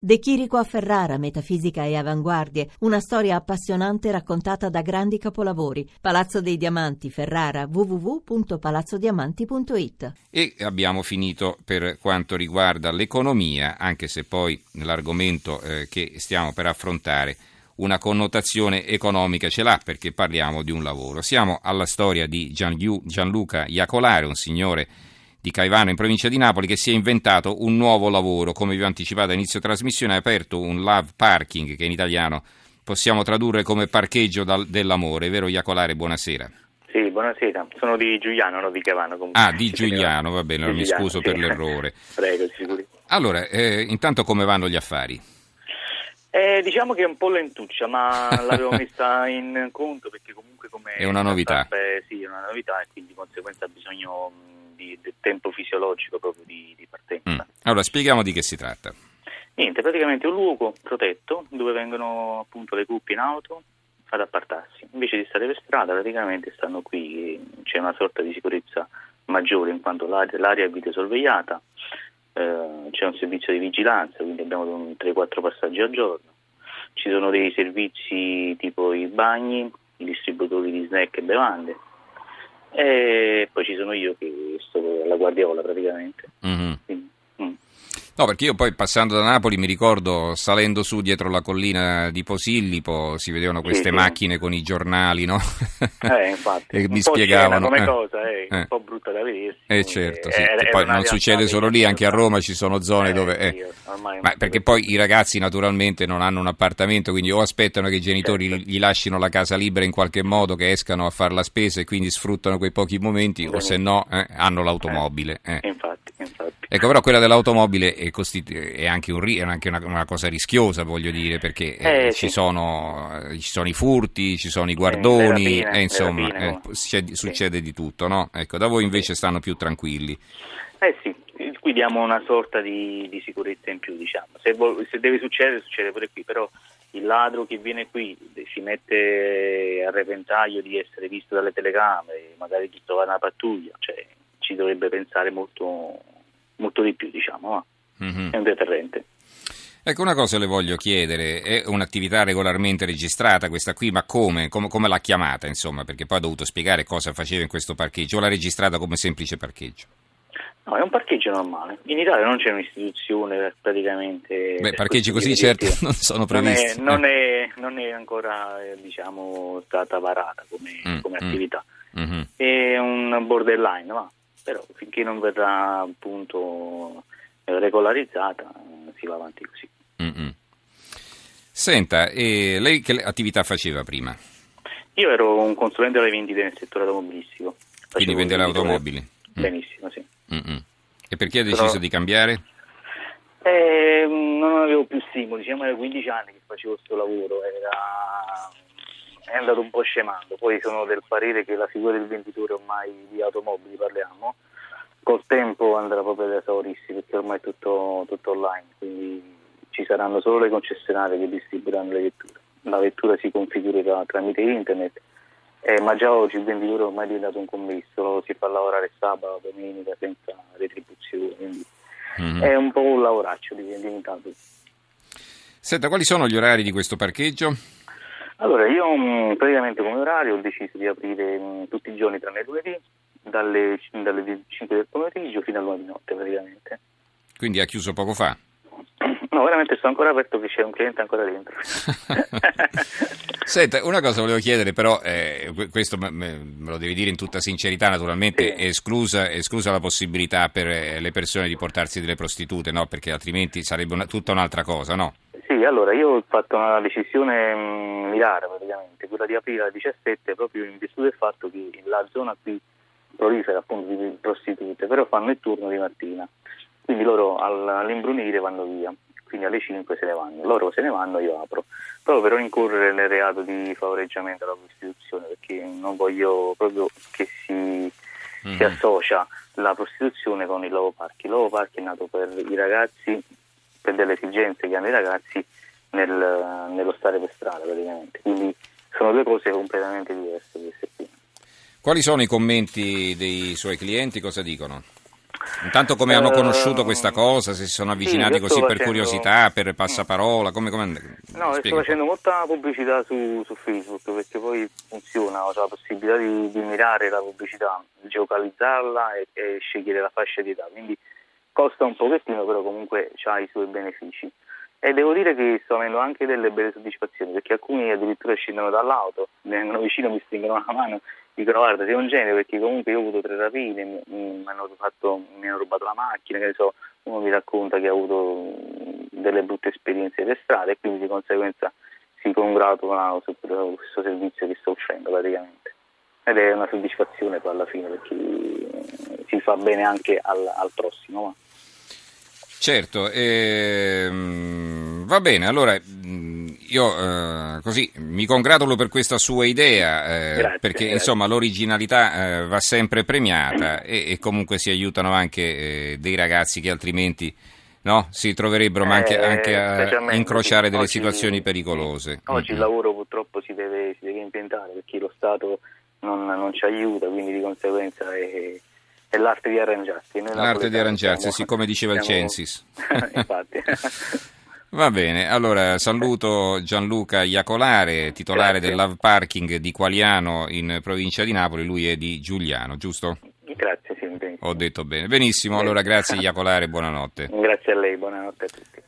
De Chirico a Ferrara, metafisica e avanguardie, una storia appassionante raccontata da grandi capolavori. Palazzo dei Diamanti, Ferrara, www.palazzodiamanti.it. E abbiamo finito per quanto riguarda l'economia, anche se poi l'argomento che stiamo per affrontare una connotazione economica ce l'ha, perché parliamo di un lavoro. Siamo alla storia di Gianluca Iacolare, un signore di Caivano in provincia di Napoli, che si è inventato un nuovo lavoro. Come vi ho anticipato a inizio trasmissione, ha aperto un love parking, che in italiano possiamo tradurre come parcheggio dell'amore, vero Iacolare? Buonasera. Sì, buonasera, sono di Giuliano, non di Caivano. Comunque. Ah, di Giuliano, va bene, allora mi scuso per l'errore. Prego, sicuri. Allora, intanto come vanno gli affari? Diciamo che è un po' lentuccia, ma l'avevo messa in conto perché comunque come... È una novità. Sì, è una novità e quindi di conseguenza ha bisogno del tempo fisiologico proprio di partenza. Allora, spieghiamo di che si tratta. Niente, praticamente è un luogo protetto dove vengono appunto le coppie in auto ad appartarsi. Invece di stare per strada praticamente stanno qui, c'è una sorta di sicurezza maggiore in quanto l'area è videosorvegliata. C'è un servizio di vigilanza, quindi abbiamo 3-4 passaggi al giorno. Ci sono dei servizi tipo i bagni, i distributori di snack e bevande, e poi ci sono io che sto alla guardiola praticamente. Mm-hmm. No, perché io poi passando da Napoli mi ricordo, salendo su dietro la collina di Posillipo, si vedevano queste macchine con i giornali, no? Infatti. E mi spiegavano. Come cosa, è un po' brutta da vedersi. Certo, sì. Poi non succede solo lì, anche a Roma ci sono zone dove... Ma perché poi i ragazzi naturalmente non hanno un appartamento, quindi o aspettano che i genitori gli lasciano la casa libera in qualche modo, che escano a fare la spesa e quindi sfruttano quei pochi momenti, o se no hanno l'automobile. Infatti. Ecco, però quella dell'automobile è anche una cosa rischiosa, voglio dire, perché ci sono i furti, ci sono i guardoni, insomma, succede di tutto, no? Ecco, da voi invece stanno più tranquilli. Sì, qui diamo una sorta di sicurezza in più, diciamo. Se deve succede pure qui, però il ladro che viene qui si mette a repentaglio di essere visto dalle telecamere, magari di trovare una pattuglia, cioè ci dovrebbe pensare molto di più, diciamo, È un deterrente. Ecco, una cosa le voglio chiedere, è un'attività regolarmente registrata questa qui, ma come l'ha chiamata, insomma, perché poi ha dovuto spiegare cosa faceva in questo parcheggio, o l'ha registrata come semplice parcheggio? No, è un parcheggio normale, in Italia non c'è un'istituzione praticamente... parcheggi così certo non sono previsti. Non è ancora, diciamo, stata varata come attività, è un borderline, però finché non verrà appunto regolarizzata si va avanti così. Senta, lei che attività faceva prima? Io ero un consulente alle vendite nel settore automobilistico. Quindi vendere automobili? Benissimo, sì. E perché ha deciso di cambiare? Non avevo più stimoli, diciamo era 15 anni che facevo questo lavoro, è andato un po' scemando. Poi sono del parere che la figura del venditore ormai di automobili, parliamo, col tempo andrà proprio ad esaurirsi, perché ormai è tutto online, quindi ci saranno solo le concessionarie che distribuiranno le vetture. La vettura si configurerà tramite internet, ma già oggi il venditore ormai è diventato un commesso, lo si fa lavorare sabato, domenica senza retribuzione, quindi è un po' un lavoraccio diventato. Senta, quali sono gli orari di questo parcheggio? Allora, io praticamente come orario ho deciso di aprire tutti i giorni tranne lunedì, dalle 5 del pomeriggio fino all'1 di notte praticamente. Quindi ha chiuso poco fa? No, veramente sto ancora aperto, che c'è un cliente ancora dentro. Senta, una cosa volevo chiedere, però questo me lo devi dire in tutta sincerità, naturalmente, sì. esclusa la possibilità per le persone di portarsi delle prostitute, no? Perché altrimenti sarebbe tutta un'altra cosa, no? Sì, allora io ho fatto una decisione mirata praticamente, quella di aprire alle 17 proprio in virtù del fatto che la zona qui prolifera appunto di prostitute, però fanno il turno di mattina, quindi loro all'imbrunire vanno via, quindi alle 5 se ne vanno, loro se ne vanno, io apro, proprio per non incorrere nel reato di favoreggiamento alla prostituzione, perché non voglio proprio che si associa la prostituzione con il Lovo Park. Il Lovo Park è nato per i ragazzi, per delle esigenze che hanno i ragazzi nello stare per strada praticamente, quindi sono due cose completamente diverse queste qui. Quali sono i commenti dei suoi clienti? Cosa dicono? Intanto come hanno conosciuto questa cosa, se si sono avvicinati così per curiosità, per passaparola, come No, sto facendo molta pubblicità su Facebook, perché poi funziona, ho la possibilità di mirare la pubblicità, geocalizzarla e scegliere la fascia di età, quindi costa un pochettino, però comunque ha i suoi benefici. E devo dire che sto avendo anche delle belle soddisfazioni, perché alcuni addirittura scendono dall'auto, mi vengono vicino, mi stringono la mano, dicono guarda sei un genio, perché comunque io ho avuto 3 rapine, mi hanno rubato la macchina, che ne so, uno mi racconta che ha avuto delle brutte esperienze per strada e quindi di conseguenza si congratula su questo servizio che sto offrendo praticamente. Ed è una soddisfazione poi alla fine, perché si fa bene anche al prossimo. Ma. Certo, va bene, allora io così mi congratulo per questa sua idea, Grazie, perché insomma l'originalità va sempre premiata e comunque si aiutano anche dei ragazzi che altrimenti si troverebbero anche a incrociare delle situazioni pericolose. Oggi il lavoro purtroppo si deve impiantare, perché lo Stato non ci aiuta, quindi di conseguenza è l'arte di arrangiarsi. L'arte di arrangiarsi, sì, come diceva il Censis. Infatti. Va bene, allora saluto Gianluca Iacolare, titolare del Love Parking di Qualiano in provincia di Napoli, lui è di Giuliano, giusto? Grazie, sì, benissimo. Ho detto bene. Benissimo, allora grazie Iacolare, buonanotte. Grazie a lei, buonanotte a tutti.